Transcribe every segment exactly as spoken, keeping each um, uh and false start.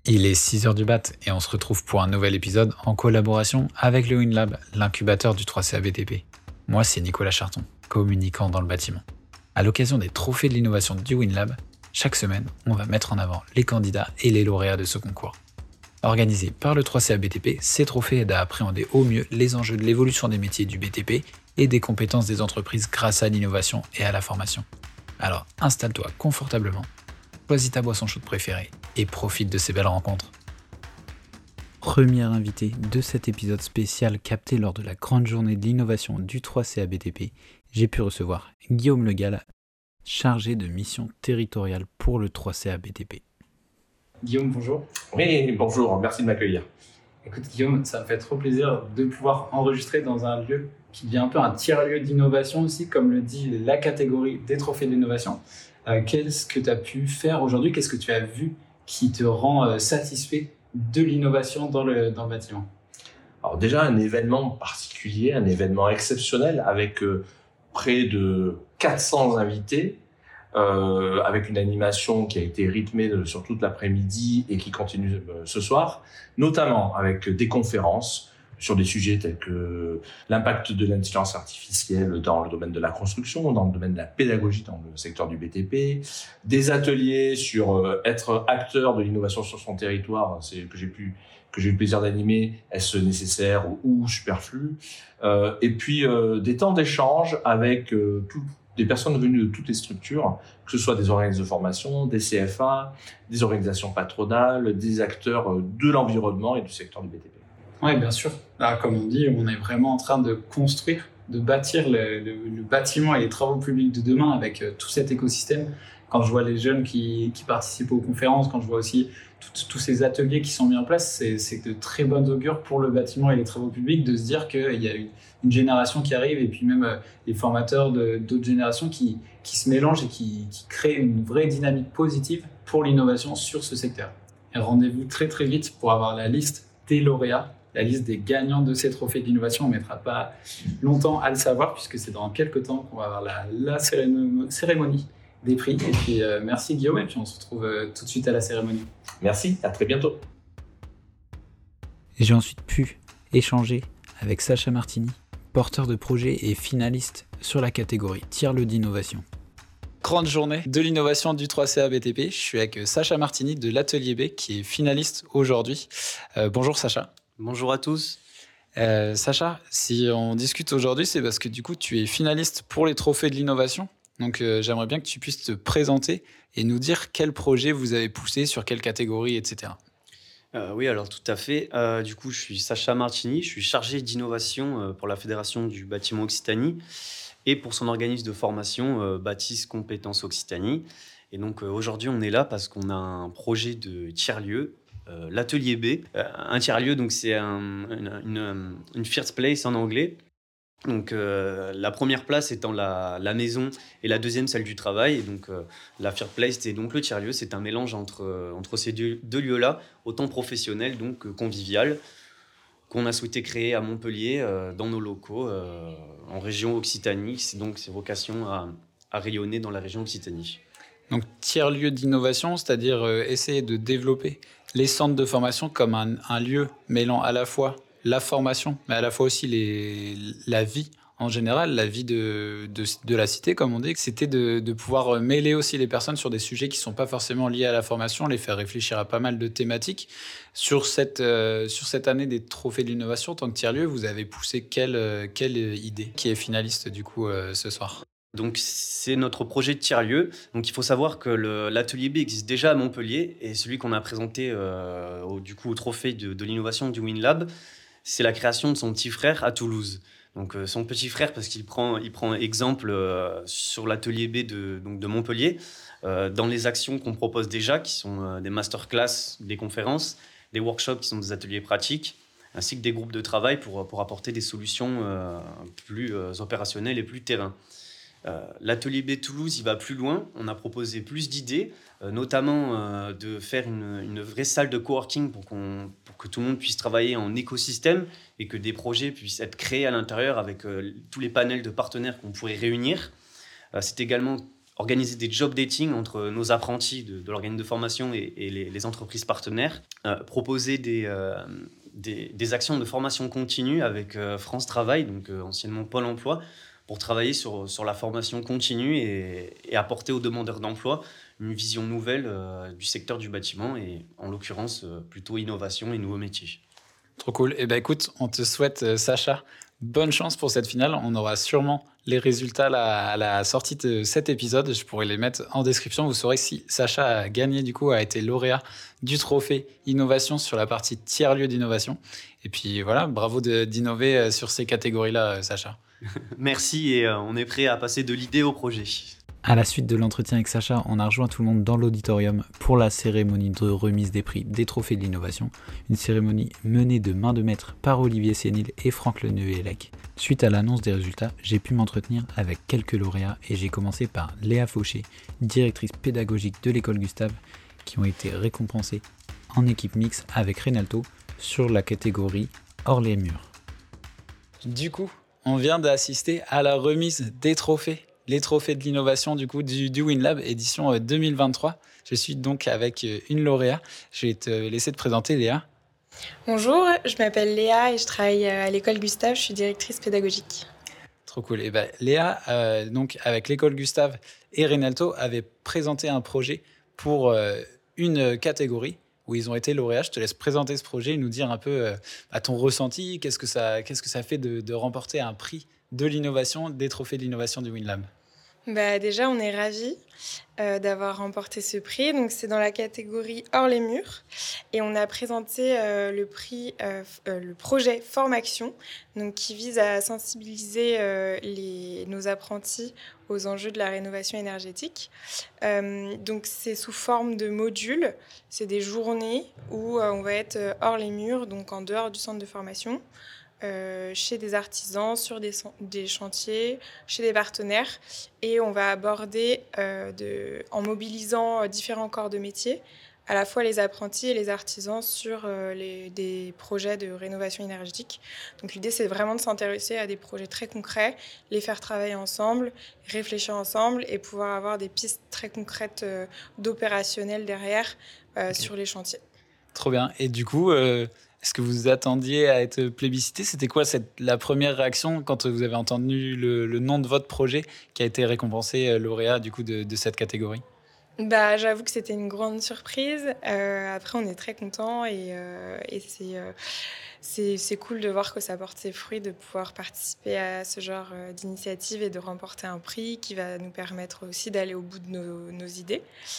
Il est six heures du mat et on se retrouve pour un nouvel épisode en collaboration avec le WinLab, l'incubateur du trois C A B T P. Moi, c'est Nicolas Charton, communicant dans le bâtiment. À l'occasion des trophées de l'innovation du WinLab, chaque semaine, on va mettre en avant les candidats et les lauréats de ce concours. Organisé par le trois C A B T P, ces trophées aident à appréhender au mieux les enjeux de l'évolution des métiers du B T P et des compétences des entreprises grâce à l'innovation et à la formation. Alors installe-toi confortablement, choisis ta boisson chaude préférée et profite de ces belles rencontres. Premier invité de cet épisode spécial capté lors de la grande journée de l'innovation du trois C A B T P, j'ai pu recevoir Guillaume Le Gall, chargé de mission territoriale pour le trois C A B T P. Guillaume, bonjour. Oui, bonjour, merci de m'accueillir. Écoute Guillaume, ça me fait trop plaisir de pouvoir enregistrer dans un lieu qui devient un peu un tiers-lieu d'innovation aussi, comme le dit la catégorie des trophées d'innovation. Euh, qu'est-ce que tu as pu faire aujourd'hui? Qu'est-ce que tu as vu qui te rend euh, satisfait de l'innovation dans le, dans le bâtiment? Alors déjà, un événement particulier, un événement exceptionnel avec euh, près de quatre cents invités, euh, avec une animation qui a été rythmée de, sur toute l'après-midi et qui continue euh, ce soir, notamment avec des conférences sur des sujets tels que l'impact de l'intelligence artificielle dans le domaine de la construction, dans le domaine de la pédagogie dans le secteur du B T P, des ateliers sur euh, être acteur de l'innovation sur son territoire, c'est que j'ai pu que j'ai eu le plaisir d'animer, est-ce nécessaire ou, ou superflu, euh, et puis euh, des temps d'échange avec euh, tout, des personnes venues de toutes les structures, que ce soit des organismes de formation, des C F A, des organisations patronales, des acteurs de l'environnement et du secteur du B T P. Oui, bien sûr. Là, comme on dit, on est vraiment en train de construire, de bâtir le, le, le bâtiment et les travaux publics de demain avec euh, tout cet écosystème. Quand je vois les jeunes qui, qui participent aux conférences, quand je vois aussi tous ces ateliers qui sont mis en place, c'est, c'est de très bonnes augures pour le bâtiment et les travaux publics de se dire qu'il y a une, une génération qui arrive et puis même euh, les formateurs de, d'autres générations qui, qui se mélangent et qui, qui créent une vraie dynamique positive pour l'innovation sur ce secteur. Et rendez-vous très très vite pour avoir la liste des lauréats, la liste des gagnants de ces trophées d'innovation. On ne mettra pas longtemps à le savoir puisque c'est dans quelques temps qu'on va avoir la, la cérémonie, cérémonie des prix. Et puis euh, merci Guillaume et puis on se retrouve euh, tout de suite à la cérémonie. Merci, à très bientôt. J'ai ensuite pu échanger avec Sacha Martini, porteur de projet et finaliste sur la catégorie tiers-lieu d'innovation. Grande journée de l'innovation du trois C A B T P. Je suis avec Sacha Martini de l'Atelier B qui est finaliste aujourd'hui. Euh, bonjour Sacha. Bonjour à tous. Euh, Sacha, si on discute aujourd'hui, c'est parce que du coup, tu es finaliste pour les trophées de l'innovation. Donc, euh, j'aimerais bien que tu puisses te présenter et nous dire quel projet vous avez poussé, sur quelle catégorie, et cetera. Euh, oui, alors tout à fait. Euh, du coup, je suis Sacha Martini, je suis chargé d'innovation euh, pour la Fédération du bâtiment Occitanie et pour son organisme de formation euh, Bâtisse Compétences Occitanie. Et donc, euh, aujourd'hui, on est là parce qu'on a un projet de tiers-lieu, euh, l'Atelier B. Euh, un tiers-lieu, donc c'est un, une, une, une first place en anglais. Donc euh, la première place étant la, la maison et la deuxième celle du travail. Et donc euh, la first place, c'est donc le tiers-lieu. C'est un mélange entre, euh, entre ces deux, deux lieux-là, autant professionnel donc euh, convivial, qu'on a souhaité créer à Montpellier euh, dans nos locaux euh, en région Occitanie. C'est donc c'est vocation à, à rayonner dans la région Occitanie. Donc tiers-lieu d'innovation, c'est-à-dire euh, essayer de développer les centres de formation comme un, un lieu mêlant à la fois la formation, mais à la fois aussi les, la vie en général, la vie de, de, de la cité, comme on dit. C'était de, de pouvoir mêler aussi les personnes sur des sujets qui ne sont pas forcément liés à la formation, les faire réfléchir à pas mal de thématiques. Sur cette, euh, sur cette année des trophées de l'innovation, en tant que tiers-lieu, vous avez poussé quelle, quelle idée qui est finaliste du coup euh, ce soir? Donc, c'est notre projet de tiers-lieu. Donc, il faut savoir que le, l'Atelier B existe déjà à Montpellier et celui qu'on a présenté euh, au, du coup, au trophée de, de l'innovation du WinLab, c'est la création de son petit frère à Toulouse. Donc, euh, son petit frère, parce qu'il prend, il prend exemple euh, sur l'Atelier B de, donc de Montpellier, euh, dans les actions qu'on propose déjà, qui sont euh, des masterclass, des conférences, des workshops qui sont des ateliers pratiques, ainsi que des groupes de travail pour, pour apporter des solutions euh, plus euh, opérationnelles et plus terrain. Euh, L'Atelier B Toulouse, il va plus loin. On a proposé plus d'idées, euh, notamment euh, de faire une, une vraie salle de coworking pour, qu'on, pour que tout le monde puisse travailler en écosystème et que des projets puissent être créés à l'intérieur avec euh, tous les panels de partenaires qu'on pourrait réunir. Euh, c'est également organiser des job dating entre nos apprentis de, de l'organisme de formation et, et les, les entreprises partenaires, euh, proposer des, euh, des, des actions de formation continue avec euh, France Travail, donc euh, anciennement Pôle emploi, pour travailler sur, sur la formation continue et, et apporter aux demandeurs d'emploi une vision nouvelle euh, du secteur du bâtiment et en l'occurrence euh, plutôt innovation et nouveaux métiers. Trop cool. Eh ben écoute, on te souhaite, euh, Sacha, bonne chance pour cette finale. On aura sûrement les résultats là, à la sortie de cet épisode. Je pourrais les mettre en description. Vous saurez si Sacha a gagné, du coup, a été lauréat du trophée innovation sur la partie tiers-lieu d'innovation. Et puis voilà, bravo de, d'innover sur ces catégories-là, Sacha. Merci et euh, on est prêt à passer de l'idée au projet. À la suite de l'entretien avec Sacha, on a rejoint tout le monde dans l'auditorium pour la cérémonie de remise des prix des trophées de l'innovation. Une cérémonie menée de main de maître par Olivier Sénil et Franck Leneuillec. Suite à l'annonce des résultats, j'ai pu m'entretenir avec quelques lauréats et j'ai commencé par Léa Fauché, directrice pédagogique de l'école Gustave, qui ont été récompensés en équipe mixte avec Renalto sur la catégorie hors les murs. Du coup, on vient d'assister à la remise des trophées, les trophées de l'innovation du coup du, du WinLab édition deux mille vingt-trois. Je suis donc avec une lauréat. Je vais te laisser te présenter, Léa. Bonjour, je m'appelle Léa et je travaille à l'école Gustave. Je suis directrice pédagogique. Trop cool. Et ben, Léa, euh, donc avec l'école Gustave et Renalto, avait présenté un projet pour euh, une catégorie où ils ont été lauréats. Je te laisse présenter ce projet et nous dire un peu euh, à ton ressenti, qu'est-ce que ça, qu'est-ce que ça fait de, de remporter un prix de l'innovation, des trophées de l'innovation du WinLab. Bah déjà, on est ravis euh, d'avoir remporté ce prix. Donc, c'est dans la catégorie hors les murs. Et on a présenté euh, le prix, euh, euh, le projet Formaction, donc qui vise à sensibiliser euh, les, nos apprentis aux enjeux de la rénovation énergétique. Euh, donc, c'est sous forme de modules. C'est des journées où euh, on va être hors les murs, donc en dehors du centre de formation. Euh, chez des artisans, sur des, des chantiers, chez des partenaires. Et on va aborder, euh, de, en mobilisant différents corps de métier, à la fois les apprentis et les artisans sur euh, les, des projets de rénovation énergétique. Donc l'idée, c'est vraiment de s'intéresser à des projets très concrets, les faire travailler ensemble, réfléchir ensemble et pouvoir avoir des pistes très concrètes euh, d'opérationnel derrière euh, okay. sur les chantiers. Trop bien. Et du coup... Euh... Est-ce que vous attendiez à être plébiscité ? C'était quoi cette, la première réaction quand vous avez entendu le, le nom de votre projet qui a été récompensé lauréat du coup, de, de cette catégorie ? Bah, j'avoue que c'était une grande surprise. Euh, après, on est très contents et, euh, et c'est, euh, c'est, c'est cool de voir que ça porte ses fruits, de pouvoir participer à ce genre d'initiative et de remporter un prix qui va nous permettre aussi d'aller au bout de nos, nos idées.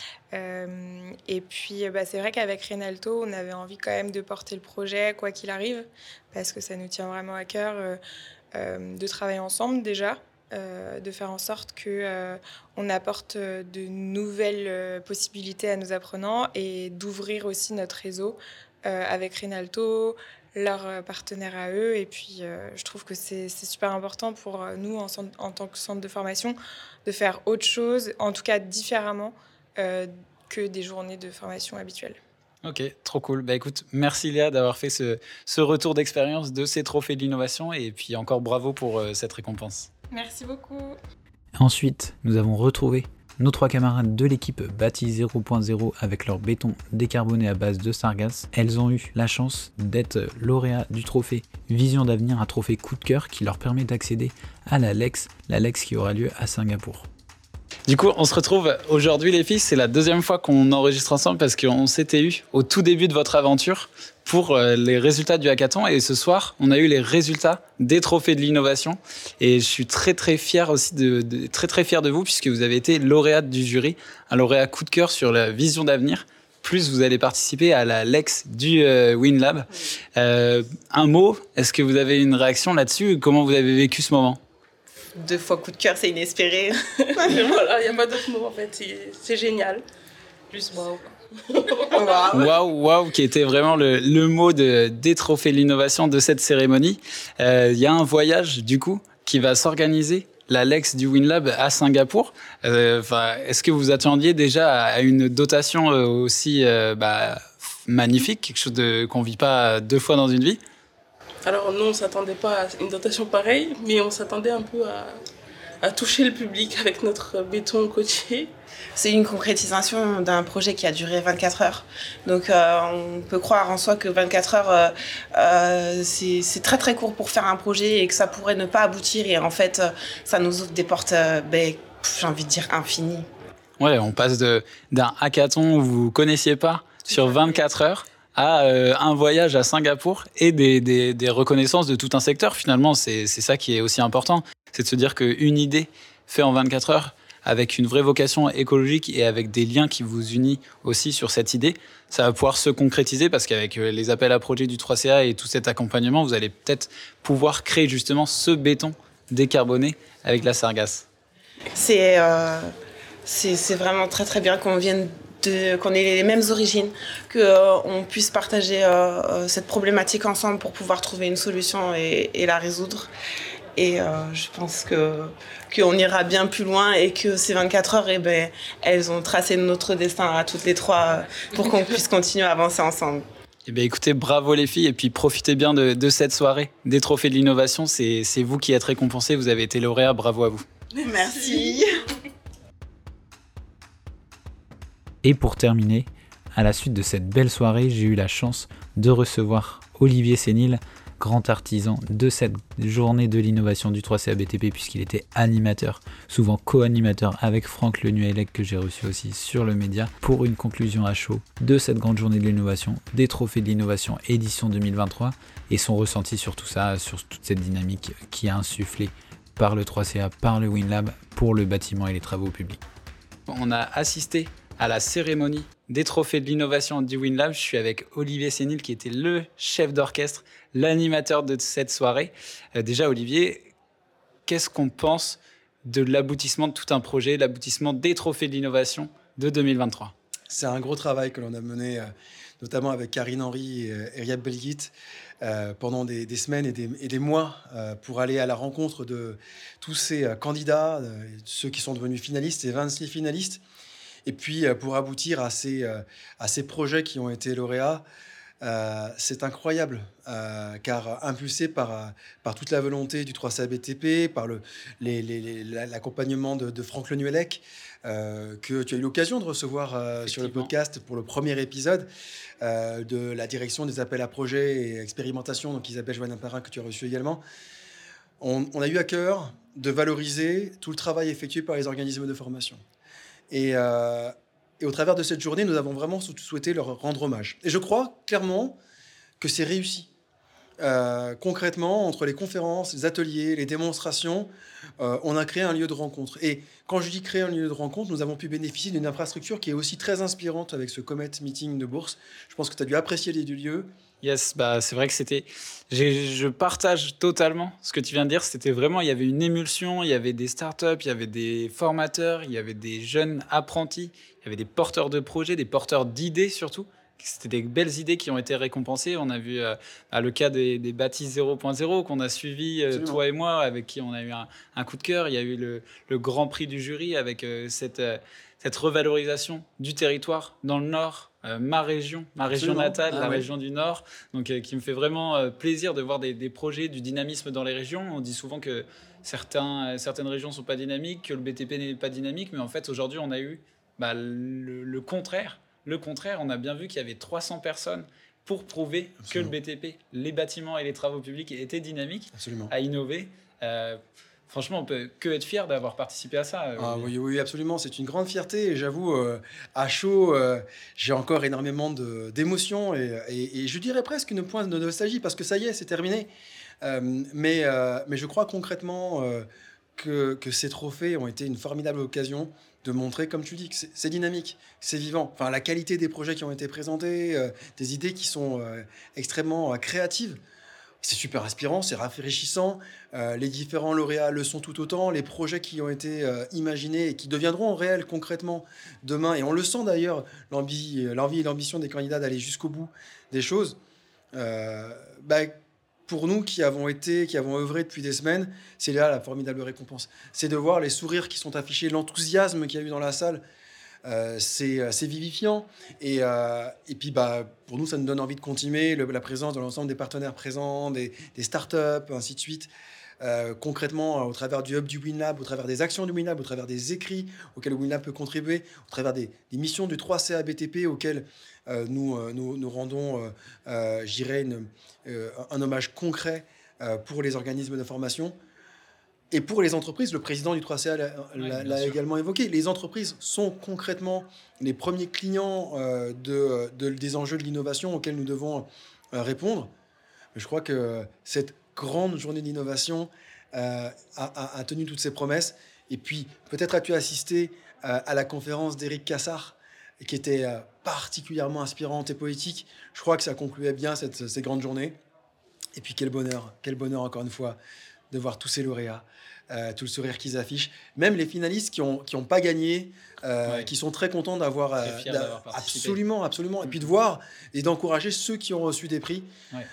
Euh, et puis, bah, c'est vrai qu'avec Renalto, on avait envie quand même de porter le projet, quoi qu'il arrive, parce que ça nous tient vraiment à cœur euh, euh, de travailler ensemble déjà. Euh, de faire en sorte qu'on euh, apporte de nouvelles euh, possibilités à nos apprenants et d'ouvrir aussi notre réseau euh, avec Renalto, leurs partenaires à eux. Et puis, euh, je trouve que c'est, c'est super important pour nous, en, en tant que centre de formation, de faire autre chose, en tout cas différemment euh, que des journées de formation habituelles. Ok, trop cool. Bah écoute, merci Léa d'avoir fait ce, ce retour d'expérience de ces trophées de l'innovation et puis encore bravo pour euh, cette récompense. Merci beaucoup. Ensuite, nous avons retrouvé nos trois camarades de l'équipe Bâti zéro point zéro avec leur béton décarboné à base de sargasse. Elles ont eu la chance d'être lauréats du trophée Vision d'avenir, un trophée coup de cœur qui leur permet d'accéder à la Lex, la Lex qui aura lieu à Singapour. Du coup, on se retrouve aujourd'hui les filles, c'est la deuxième fois qu'on enregistre ensemble parce qu'on s'était eu au tout début de votre aventure pour les résultats du hackathon et ce soir, on a eu les résultats des trophées de l'innovation et je suis très très fier aussi de, de très très fier de vous puisque vous avez été lauréate du jury, un lauréat coup de cœur sur la vision d'avenir. Plus vous allez participer à la Lex du euh, WinLab. Euh, un mot, est-ce que vous avez une réaction là-dessus ? Comment vous avez vécu ce moment ? Deux fois coup de cœur, c'est inespéré. Voilà, il n'y a pas d'autre mot en fait, c'est, c'est génial. Juste waouh. Waouh, waouh, qui était vraiment le, le mot de, des trophées de l'innovation de cette cérémonie. Il euh, y a un voyage du coup qui va s'organiser, la Lex du WinLab à Singapour. Euh, est-ce que vous attendiez déjà à une dotation aussi euh, bah, magnifique, quelque chose de, qu'on ne vit pas deux fois dans une vie ? Alors nous, on ne s'attendait pas à une dotation pareille, mais on s'attendait un peu à, à toucher le public avec notre béton côtier. C'est une concrétisation d'un projet qui a duré vingt-quatre heures. Donc euh, on peut croire en soi que vingt-quatre heures, euh, euh, c'est, c'est très très court pour faire un projet et que ça pourrait ne pas aboutir. Et en fait, euh, ça nous ouvre des portes, euh, ben, j'ai envie de dire, infinies. Ouais, on passe de, d'un hackathon où vous ne connaissiez pas sur vingt-quatre heures à euh, un voyage à Singapour et des, des, des reconnaissances de tout un secteur. Finalement, c'est, c'est ça qui est aussi important. C'est de se dire qu'une idée faite en vingt-quatre heures, avec une vraie vocation écologique et avec des liens qui vous unissent aussi sur cette idée, ça va pouvoir se concrétiser parce qu'avec les appels à projets du trois C A et tout cet accompagnement, vous allez peut-être pouvoir créer justement ce béton décarboné avec la sargasse. C'est, euh, c'est, c'est vraiment très très bien qu'on vienne de, qu'on ait les mêmes origines, qu'on euh, puisse partager euh, cette problématique ensemble pour pouvoir trouver une solution et, et la résoudre. Et euh, je pense que qu'on ira bien plus loin et que ces vingt-quatre heures, eh ben, elles ont tracé notre destin à toutes les trois pour qu'on puisse continuer à avancer ensemble. Eh bien, écoutez, bravo les filles et puis profitez bien de, de cette soirée. Des trophées de l'innovation, c'est, c'est vous qui êtes récompensés, vous avez été lauréats, bravo à vous. Merci. Et pour terminer, à la suite de cette belle soirée, j'ai eu la chance de recevoir Olivier Sénil, grand artisan de cette journée de l'innovation du trois C A B T P, puisqu'il était animateur, souvent co-animateur avec Franck Lenuellec, que j'ai reçu aussi sur le média, pour une conclusion à chaud de cette grande journée de l'innovation, des trophées de l'innovation édition deux mille vingt-trois, et son ressenti sur tout ça, sur toute cette dynamique qui a insufflé par le trois C A, par le WinLab, pour le bâtiment et les travaux publics. On a assisté à la cérémonie des trophées de l'innovation du WinLab. Je suis avec Olivier Sénil, qui était le chef d'orchestre, l'animateur de cette soirée. Euh, déjà, Olivier, qu'est-ce qu'on pense de l'aboutissement de tout un projet, l'aboutissement des trophées de l'innovation de deux mille vingt-trois? C'est un gros travail que l'on a mené, euh, notamment avec Karine Henry et euh, Eriab Belguit, euh, pendant des, des semaines et des, et des mois, euh, pour aller à la rencontre de tous ces euh, candidats, euh, ceux qui sont devenus finalistes, et vingt-six finalistes, et puis euh, pour aboutir à ces, euh, à ces projets qui ont été lauréats. Euh, c'est incroyable, euh, car impulsé par, euh, par toute la volonté du trois C A B T P, par le, les, les, les, l'accompagnement de, de Franck Lenuellec, euh, que tu as eu l'occasion de recevoir euh, sur le podcast pour le premier épisode, euh, de la direction des appels à projets et expérimentation, donc Isabelle Joannin-Parin, que tu as reçu également. On, on a eu à cœur de valoriser tout le travail effectué par les organismes de formation. Et, euh, et au travers de cette journée, nous avons vraiment souhaité leur rendre hommage. Et je crois clairement que c'est réussi. Euh, concrètement, entre les conférences, les ateliers, les démonstrations, euh, on a créé un lieu de rencontre. Et quand je dis créer un lieu de rencontre, nous avons pu bénéficier d'une infrastructure qui est aussi très inspirante avec ce Comet Meeting de Bourse. Je pense que tu as dû apprécier les deux lieux. Yes, bah c'est vrai que c'était. J'ai, je partage totalement ce que tu viens de dire. C'était vraiment, il y avait une émulsion, il y avait des startups, il y avait des formateurs, il y avait des jeunes apprentis, il y avait des porteurs de projets, des porteurs d'idées surtout. C'était des belles idées qui ont été récompensées. On a vu euh, le cas des, des bâtisses zéro point zéro qu'on a suivi, euh, toi et moi, avec qui on a eu un, un coup de cœur. Il y a eu le, le grand prix du jury avec euh, cette, euh, cette revalorisation du territoire dans le Nord. Euh, ma région, ma région Absolument. natale, ah, la ouais. région du Nord, donc euh, qui me fait vraiment euh, plaisir de voir des, des projets, du dynamisme dans les régions. On dit souvent que certains, euh, certaines régions ne sont pas dynamiques, que le B T P n'est pas dynamique, mais en fait aujourd'hui on a eu bah, le, le contraire. Le contraire, on a bien vu qu'il y avait trois cents personnes pour prouver Absolument. que le B T P, les bâtiments et les travaux publics étaient dynamiques, Absolument. à innover. Euh, Franchement, on peut que être fier d'avoir participé à ça. Ah, oui, oui, absolument. C'est une grande fierté. Et j'avoue, euh, à chaud, euh, j'ai encore énormément de, d'émotions et, et, et je dirais presque une pointe de nostalgie parce que ça y est, c'est terminé. Euh, mais, euh, mais je crois concrètement euh, que, que ces trophées ont été une formidable occasion de montrer, comme tu dis, que c'est, c'est dynamique, c'est vivant. Enfin, la qualité des projets qui ont été présentés, euh, des idées qui sont euh, extrêmement euh, créatives. C'est super inspirant, c'est rafraîchissant. Euh, les différents lauréats le sont tout autant. Les projets qui ont été euh, imaginés et qui deviendront réels concrètement demain, et on le sent d'ailleurs, l'envie, l'envie et l'ambition des candidats d'aller jusqu'au bout des choses. Euh, bah, pour nous qui avons été, qui avons œuvré depuis des semaines, c'est là la formidable récompense. C'est de voir les sourires qui sont affichés, l'enthousiasme qu'il y a eu dans la salle. Euh, c'est, c'est vivifiant et, euh, et puis bah, pour nous ça nous donne envie de continuer le, la présence de l'ensemble des partenaires présents, des, des startups, ainsi de suite. euh, concrètement euh, au travers du hub du WinLab, au travers des actions du WinLab, au travers des écrits auxquels le WinLab peut contribuer, au travers des, des missions du trois C A B T P auxquelles euh, nous, euh, nous, nous rendons, euh, euh, je dirais, une, euh, un hommage concret euh, pour les organismes de formation. Et pour les entreprises, le président du trois C A l'a, ouais, l'a également évoqué, les entreprises sont concrètement les premiers clients euh, de, de, des enjeux de l'innovation auxquels nous devons euh, répondre. Je crois que cette grande journée d'innovation euh, a, a, a tenu toutes ses promesses. Et puis, peut-être as-tu assisté euh, à la conférence d'Éric Cassard, qui était euh, particulièrement inspirante et poétique. Je crois que ça concluait bien cette, ces grandes journées. Et puis, quel bonheur, quel bonheur encore une fois, de voir tous ces lauréats, euh, tout le sourire qu'ils affichent. Même les finalistes qui n'ont qui ont pas gagné, euh, ouais. qui sont très contents d'avoir... Très euh, fiers d'avoir participé. Absolument, absolument. Mmh. Et puis de voir et d'encourager ceux qui ont reçu des prix.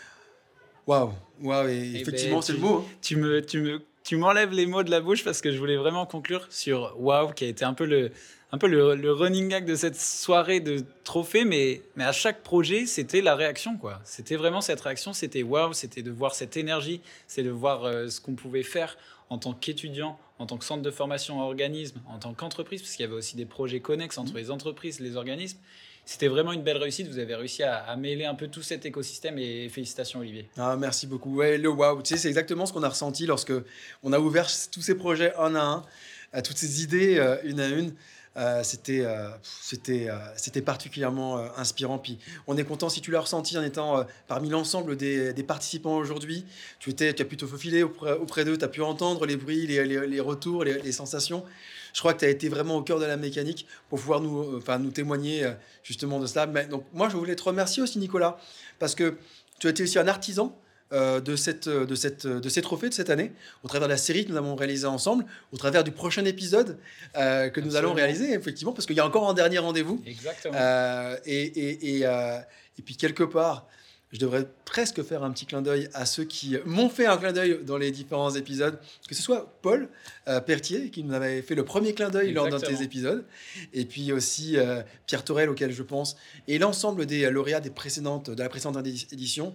Waouh, waouh, et, et effectivement, ben, c'est tu, le mot. Tu me, tu me, tu m'enlèves les mots de la bouche parce que je voulais vraiment conclure sur waouh, qui a été un peu le... un peu le, le running gag de cette soirée de trophées, mais, mais à chaque projet, c'était la réaction, quoi. C'était vraiment cette réaction, c'était waouh, c'était de voir cette énergie, c'est de voir euh, ce qu'on pouvait faire en tant qu'étudiant, en tant que centre de formation, organisme, en tant qu'entreprise, parce qu'il y avait aussi des projets connexes entre les entreprises, les organismes. C'était vraiment une belle réussite. Vous avez réussi à, à mêler un peu tout cet écosystème et félicitations, Olivier. Ah, merci beaucoup. Ouais, le waouh, tu sais, c'est exactement ce qu'on a ressenti lorsque on a ouvert tous ces projets un à un, à toutes ces idées euh, une à une. Euh, c'était, euh, c'était, euh, c'était particulièrement euh, inspirant. Puis on est content si tu l'as ressenti en étant euh, parmi l'ensemble des, des participants aujourd'hui. Tu, étais, tu as pu te faufiler auprès, auprès d'eux, tu as pu entendre les bruits, les, les, les retours, les, les sensations. Je crois que tu as été vraiment au cœur de la mécanique pour pouvoir nous, enfin, nous témoigner euh, justement de cela. Mais, donc moi, je voulais te remercier aussi, Nicolas, parce que tu as été aussi un artisan Euh, de, cette, de, cette, de ces trophées de cette année, au travers de la série que nous avons réalisée ensemble, au travers du prochain épisode euh, que nous Absolument. allons réaliser, effectivement, parce qu'il y a encore un dernier rendez-vous. Exactement. Euh, et, et, et, euh, et puis, quelque part, je devrais presque faire un petit clin d'œil à ceux qui m'ont fait un clin d'œil dans les différents épisodes, que ce soit Paul euh, Pertier, qui nous avait fait le premier clin d'œil Exactement. lors d'un de tes épisodes, et puis aussi euh, Pierre Torel, auquel je pense, et l'ensemble des lauréats des précédentes, de la précédente édition.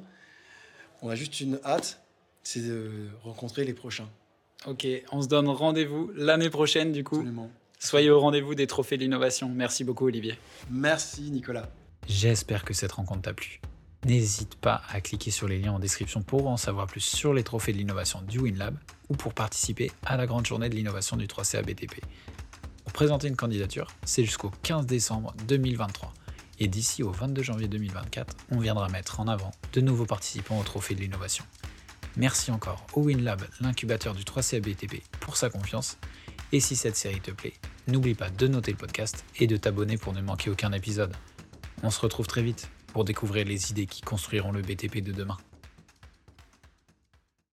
On a juste une hâte, c'est de rencontrer les prochains. Ok, on se donne rendez-vous l'année prochaine du coup. Absolument. Soyez au rendez-vous des trophées de l'innovation. Merci beaucoup Olivier. Merci Nicolas. J'espère que cette rencontre t'a plu. N'hésite pas à cliquer sur les liens en description pour en savoir plus sur les trophées de l'innovation du WinLab ou pour participer à la grande journée de l'innovation du trois C A B T P. Pour présenter une candidature, c'est jusqu'au quinze décembre deux mille vingt-trois. Et d'ici au vingt-deux janvier deux mille vingt-quatre, on viendra mettre en avant de nouveaux participants au Trophée de l'innovation. Merci encore au WinLab, l'incubateur du trois C A B T P, pour sa confiance. Et si cette série te plaît, n'oublie pas de noter le podcast et de t'abonner pour ne manquer aucun épisode. On se retrouve très vite pour découvrir les idées qui construiront le B T P de demain.